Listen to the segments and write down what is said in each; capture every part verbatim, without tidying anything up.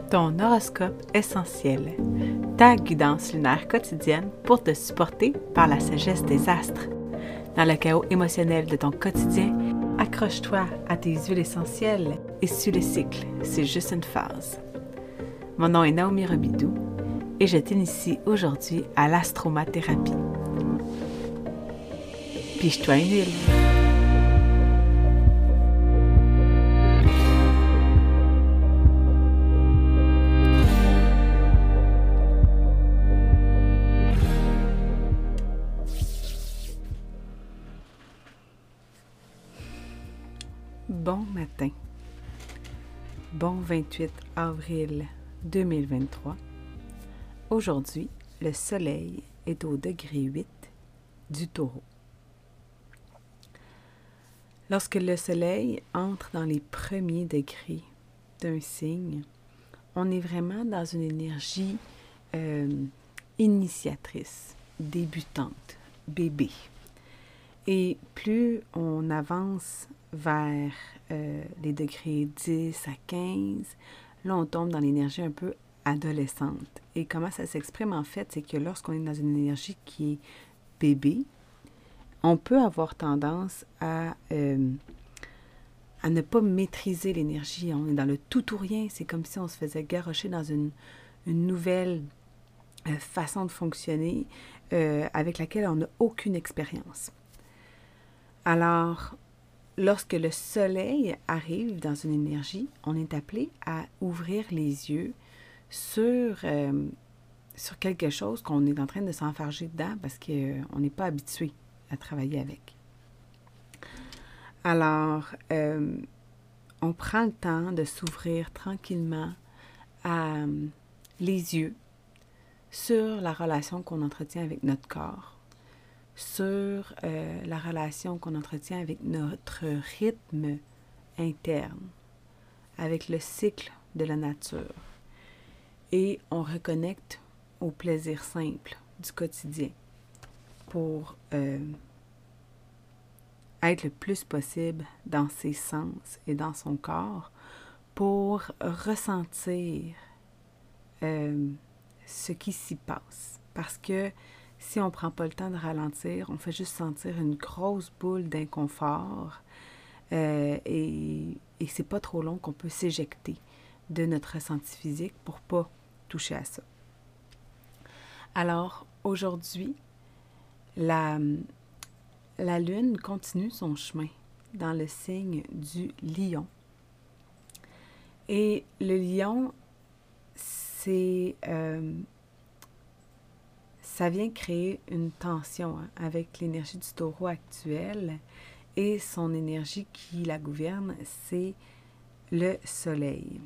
Ton horoscope essentiel, ta guidance lunaire quotidienne pour te supporter par la sagesse des astres. Dans le chaos émotionnel de ton quotidien, accroche-toi à tes huiles essentielles et suis le cycle, c'est juste une phase. Mon nom est Naomi Robidoux et je t'initie aujourd'hui à l'astromathérapie. Piche-toi une huile. Bon matin. Bon vingt-huit avril deux mille vingt-trois. Aujourd'hui, le soleil est au degré huit du taureau. Lorsque le soleil entre dans les premiers degrés d'un signe, on est vraiment dans une énergie euh, initiatrice, débutante, bébé. Et plus on avance vers euh, les degrés dix à quinze, là on tombe dans l'énergie un peu adolescente. Et comment ça s'exprime en fait, c'est que lorsqu'on est dans une énergie qui est bébé, on peut avoir tendance à, euh, à ne pas maîtriser l'énergie. On est dans le tout ou rien, c'est comme si on se faisait garrocher dans une, une nouvelle euh, façon de fonctionner euh, avec laquelle on n'a aucune expérience. Alors, lorsque le soleil arrive dans une énergie, on est appelé à ouvrir les yeux sur, euh, sur quelque chose qu'on est en train de s'enfarger dedans parce qu'on euh, n'est pas habitué à travailler avec. Alors, euh, on prend le temps de s'ouvrir tranquillement à, euh, les yeux sur la relation qu'on entretient avec notre corps, sur euh, la relation qu'on entretient avec notre rythme interne, avec le cycle de la nature. Et on reconnecte au plaisir simple du quotidien pour euh, être le plus possible dans ses sens et dans son corps pour ressentir euh, ce qui s'y passe. Parce que si on ne prend pas le temps de ralentir, on fait juste sentir une grosse boule d'inconfort euh, et, et c'est pas trop long qu'on peut s'éjecter de notre ressenti physique pour ne pas toucher à ça. Alors, aujourd'hui, la, la Lune continue son chemin dans le signe du Lion. Et le Lion, c'est... Euh, ça vient créer une tension hein, avec l'énergie du taureau actuel et son énergie qui la gouverne, c'est le soleil.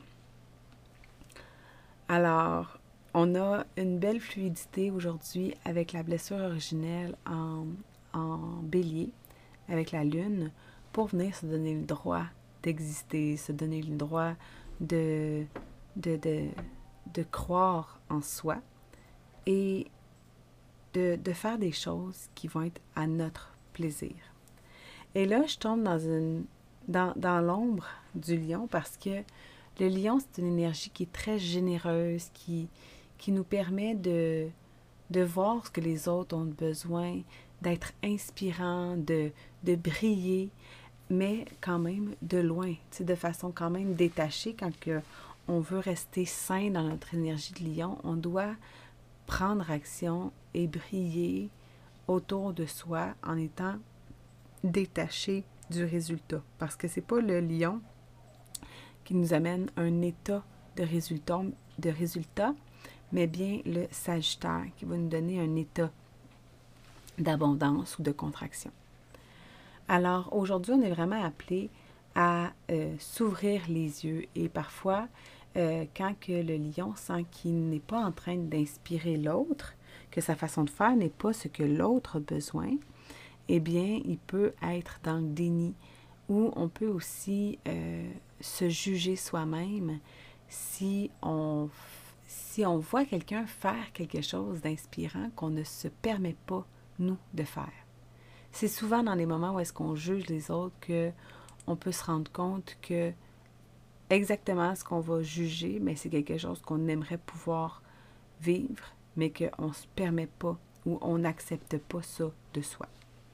Alors, on a une belle fluidité aujourd'hui avec la blessure originelle en, en bélier, avec la lune, pour venir se donner le droit d'exister, se donner le droit de, de, de, de croire en soi et De, de faire des choses qui vont être à notre plaisir. Et là, je tombe dans, une, dans, dans l'ombre du lion parce que le lion, c'est une énergie qui est très généreuse, qui, qui nous permet de, de voir ce que les autres ont besoin, d'être inspirant, de, de briller, mais quand même de loin, de façon quand même détachée. Quand que on veut rester sain dans notre énergie de lion, on doit prendre action et briller autour de soi en étant détaché du résultat. Parce que c'est pas le lion qui nous amène un état de résultat, de résultat, mais bien le sagittaire qui va nous donner un état d'abondance ou de contraction. Alors aujourd'hui, on est vraiment appelé à euh, s'ouvrir les yeux et parfois, Euh, quand que le lion sent qu'il n'est pas en train d'inspirer l'autre, que sa façon de faire n'est pas ce que l'autre a besoin, eh bien, il peut être dans le déni ou on peut aussi euh, se juger soi-même si on, si on voit quelqu'un faire quelque chose d'inspirant qu'on ne se permet pas, nous, de faire. C'est souvent dans les moments où est-ce qu'on juge les autres qu'on peut se rendre compte que exactement ce qu'on va juger, mais c'est quelque chose qu'on aimerait pouvoir vivre, mais qu'on ne se permet pas ou on n'accepte pas ça de soi.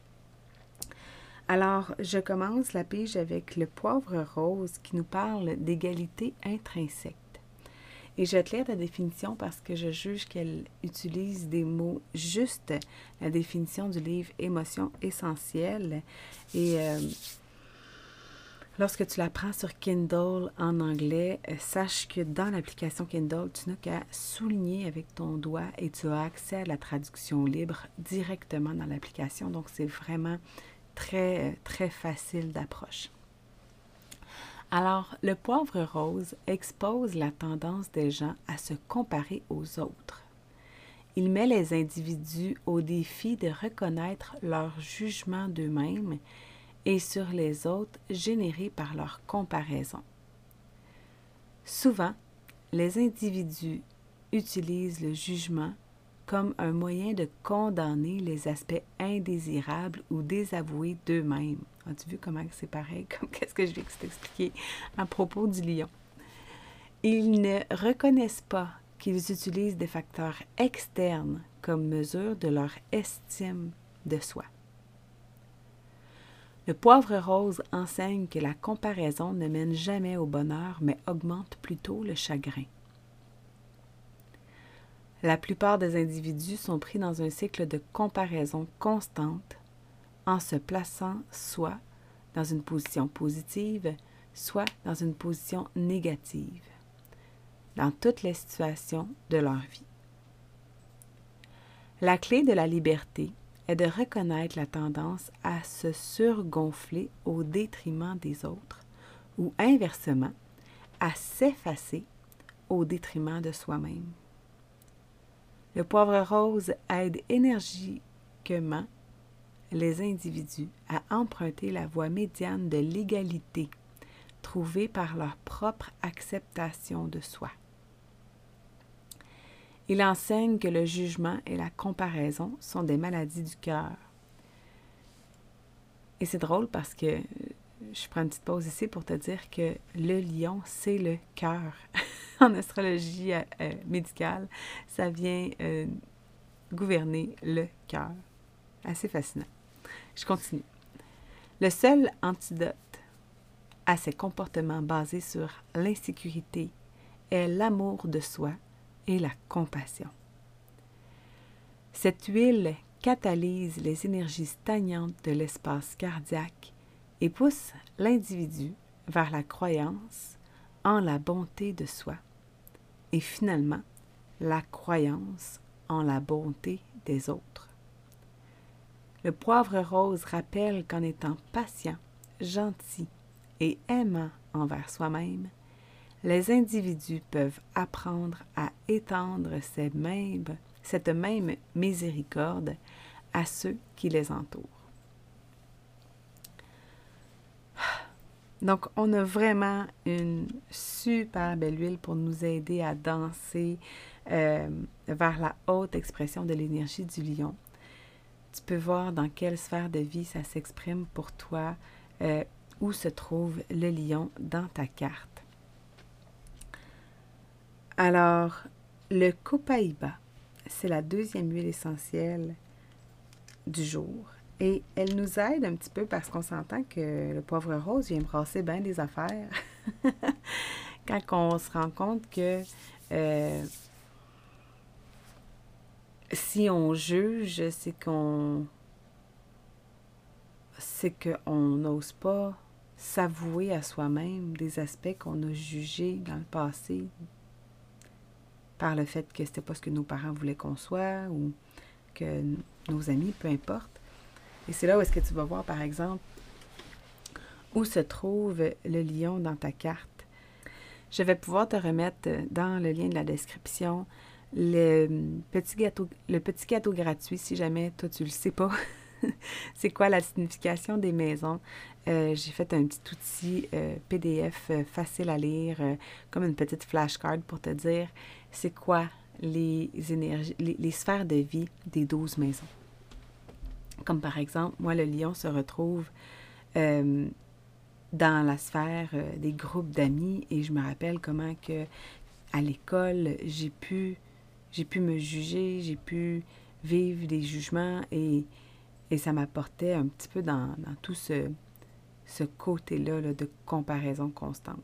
Alors, je commence la pige avec le poivre rose qui nous parle d'égalité intrinsèque. Et je vais te lire ta définition parce que je juge qu'elle utilise des mots justes, la définition du livre Émotions essentielles. Et euh, lorsque tu la prends sur Kindle en anglais, euh, sache que dans l'application Kindle, tu n'as qu'à souligner avec ton doigt et tu as accès à la traduction libre directement dans l'application. Donc, c'est vraiment très, très facile d'approche. Alors, le poivre rose expose la tendance des gens à se comparer aux autres. Il met les individus au défi de reconnaître leur jugement d'eux-mêmes et sur les autres générés par leur comparaison. Souvent, les individus utilisent le jugement comme un moyen de condamner les aspects indésirables ou désavoués d'eux-mêmes. As-tu vu comment c'est pareil comme qu'est-ce que je vais t'expliquer à propos du lion? Ils ne reconnaissent pas qu'ils utilisent des facteurs externes comme mesure de leur estime de soi. Le poivre rose enseigne que la comparaison ne mène jamais au bonheur, mais augmente plutôt le chagrin. La plupart des individus sont pris dans un cycle de comparaison constante en se plaçant soit dans une position positive, soit dans une position négative, dans toutes les situations de leur vie. La clé de la liberté est de reconnaître la tendance à se surgonfler au détriment des autres ou inversement, à s'effacer au détriment de soi-même. Le poivre rose aide énergiquement les individus à emprunter la voie médiane de l'égalité, trouvée par leur propre acceptation de soi. Il enseigne que le jugement et la comparaison sont des maladies du cœur. Et c'est drôle parce que je prends une petite pause ici pour te dire que le lion, c'est le cœur. En astrologie euh, médicale, ça vient euh, gouverner le cœur. Assez fascinant. Je continue. Le seul antidote à ces comportements basés sur l'insécurité est l'amour de soi et la compassion. Cette huile catalyse les énergies stagnantes de l'espace cardiaque et pousse l'individu vers la croyance en la bonté de soi et finalement la croyance en la bonté des autres. Le poivre rose rappelle qu'en étant patient, gentil et aimant envers soi-même, les individus peuvent apprendre à étendre ces mêmes, cette même miséricorde à ceux qui les entourent. Donc, on a vraiment une super belle huile pour nous aider à danser euh, vers la haute expression de l'énergie du lion. Tu peux voir dans quelle sphère de vie ça s'exprime pour toi, euh, où se trouve le lion dans ta carte. Alors, le copaïba, c'est la deuxième huile essentielle du jour. Et elle nous aide un petit peu parce qu'on s'entend que le poivre rose vient brasser bien des affaires. Quand on se rend compte que euh, si on juge, c'est qu'on c'est qu'on n'ose pas s'avouer à soi-même des aspects qu'on a jugés dans le passé par le fait que c'était pas ce que nos parents voulaient qu'on soit ou que nos amis, peu importe. Et c'est là où est-ce que tu vas voir, par exemple, où se trouve le lion dans ta carte. Je vais pouvoir te remettre dans le lien de la description le petit gâteau, le petit gâteau gratuit, si jamais toi tu le sais pas. C'est quoi la signification des maisons? Euh, j'ai fait un petit outil euh, P D F euh, facile à lire, euh, comme une petite flashcard pour te dire c'est quoi les énergies, les, les sphères de vie des douze maisons. Comme par exemple, moi, le lion se retrouve euh, dans la sphère euh, des groupes d'amis et je me rappelle comment que à l'école, j'ai pu, j'ai pu me juger, j'ai pu vivre des jugements et, et ça m'apportait un petit peu dans, dans tout ce, ce côté-là là, de comparaison constante.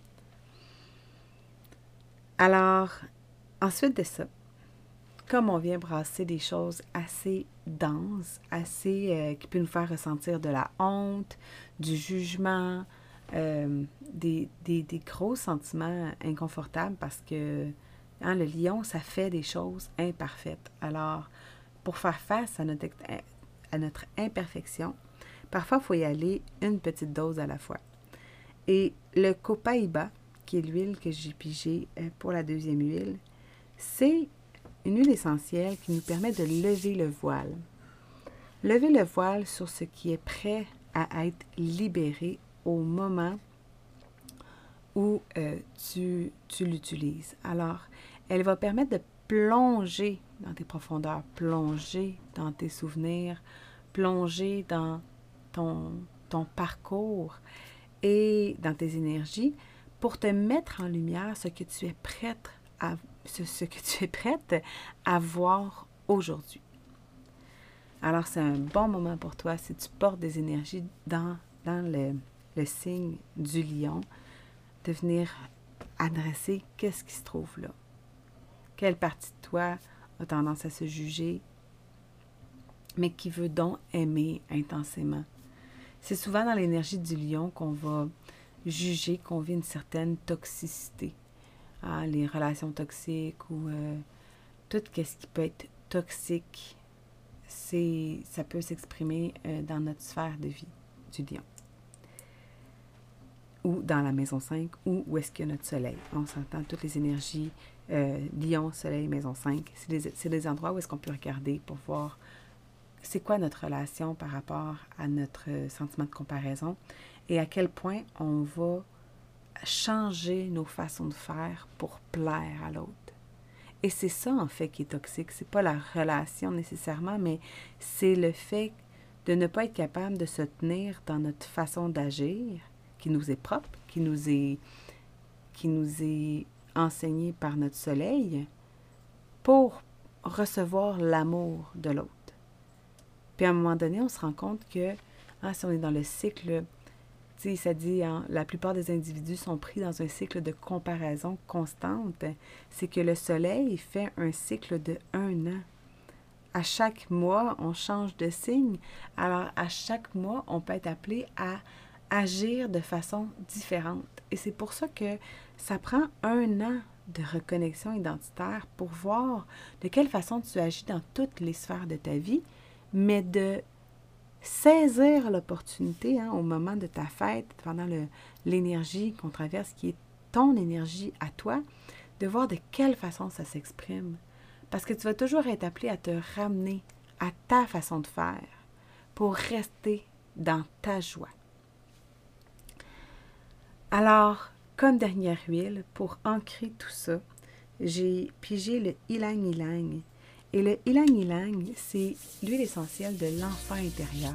Alors, ensuite de ça, comme on vient brasser des choses assez denses, assez euh, qui peut nous faire ressentir de la honte, du jugement, euh, des, des, des gros sentiments inconfortables parce que hein, le lion, ça fait des choses imparfaites. Alors, pour faire face à notre, à notre imperfection, parfois, il faut y aller une petite dose à la fois. Et le copaiba, qui est l'huile que j'ai pigée pour la deuxième huile, c'est une huile essentielle qui nous permet de lever le voile. Lever le voile sur ce qui est prêt à être libéré au moment où euh, tu, tu l'utilises. Alors, elle va permettre de plonger dans tes profondeurs, plonger dans tes souvenirs, plonger dans ton, ton parcours et dans tes énergies pour te mettre en lumière ce que tu es prête à, ce, ce que tu es prête à voir aujourd'hui. Alors, c'est un bon moment pour toi si tu portes des énergies dans, dans le, le signe du lion, de venir adresser qu'est-ce qui se trouve là. Quelle partie de toi a tendance à se juger, mais qui veut donc aimer intensément. C'est souvent dans l'énergie du lion qu'on va juger qu'on vit une certaine toxicité. Ah, les relations toxiques ou euh, tout ce qui peut être toxique, c'est, ça peut s'exprimer euh, dans notre sphère de vie du lion. Ou dans la maison cinq, ou où est-ce qu'il y a notre soleil. On s'entend toutes les énergies, euh, lion, soleil, maison cinq. C'est des, c'est des endroits où est-ce qu'on peut regarder pour voir c'est quoi notre relation par rapport à notre sentiment de comparaison et à quel point on va changer nos façons de faire pour plaire à l'autre. Et c'est ça, en fait, qui est toxique. C'est pas la relation nécessairement, mais c'est le fait de ne pas être capable de se tenir dans notre façon d'agir, qui nous est propre, qui nous est, qui nous est enseigné par notre soleil, pour recevoir l'amour de l'autre. Puis à un moment donné, on se rend compte que hein, si on est dans le cycle, tu sais, ça dit, hein, la plupart des individus sont pris dans un cycle de comparaison constante, c'est que le soleil fait un cycle de un an. À chaque mois, on change de signe. Alors, à chaque mois, on peut être appelé à agir de façon différente. Et c'est pour ça que ça prend un an de reconnexion identitaire pour voir de quelle façon tu agis dans toutes les sphères de ta vie, mais de saisir l'opportunité hein, au moment de ta fête, pendant le, l'énergie qu'on traverse, qui est ton énergie à toi, de voir de quelle façon ça s'exprime. Parce que tu vas toujours être appelé à te ramener à ta façon de faire pour rester dans ta joie. Alors, comme dernière huile, pour ancrer tout ça, j'ai pigé le ylang ylang. Et le ylang ylang, c'est l'huile essentielle de l'enfant intérieur.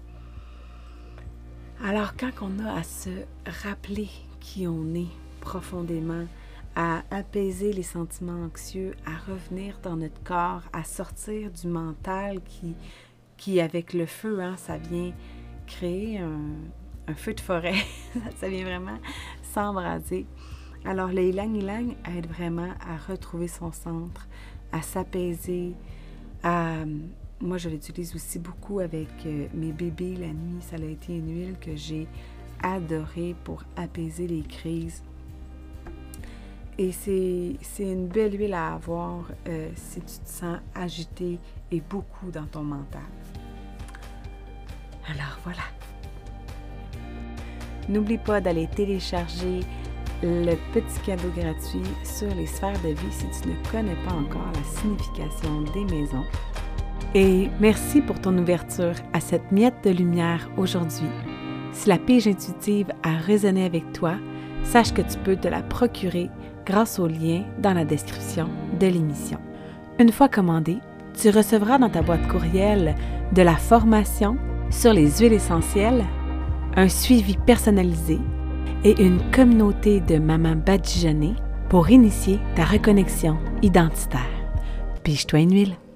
Alors, quand on a à se rappeler qui on est profondément, à apaiser les sentiments anxieux, à revenir dans notre corps, à sortir du mental qui, qui avec le feu, hein, ça vient créer un, un feu de forêt. Ça vient vraiment s'embraser. Alors, le ylang ylang aide vraiment à retrouver son centre, à s'apaiser. À, moi, je l'utilise aussi beaucoup avec euh, mes bébés la nuit. Ça a été une huile que j'ai adorée pour apaiser les crises. Et c'est, c'est une belle huile à avoir euh, si tu te sens agité et beaucoup dans ton mental. Alors voilà. N'oublie pas d'aller télécharger le petit cadeau gratuit sur les sphères de vie si tu ne connais pas encore la signification des maisons. Et merci pour ton ouverture à cette miette de lumière aujourd'hui. Si la pige intuitive a résonné avec toi, sache que tu peux te la procurer grâce au lien dans la description de l'émission. Une fois commandée, tu recevras dans ta boîte courriel de la formation sur les huiles essentielles un suivi personnalisé et une communauté de mamans badigeonnées pour initier ta reconnexion identitaire. Pige-toi une huile.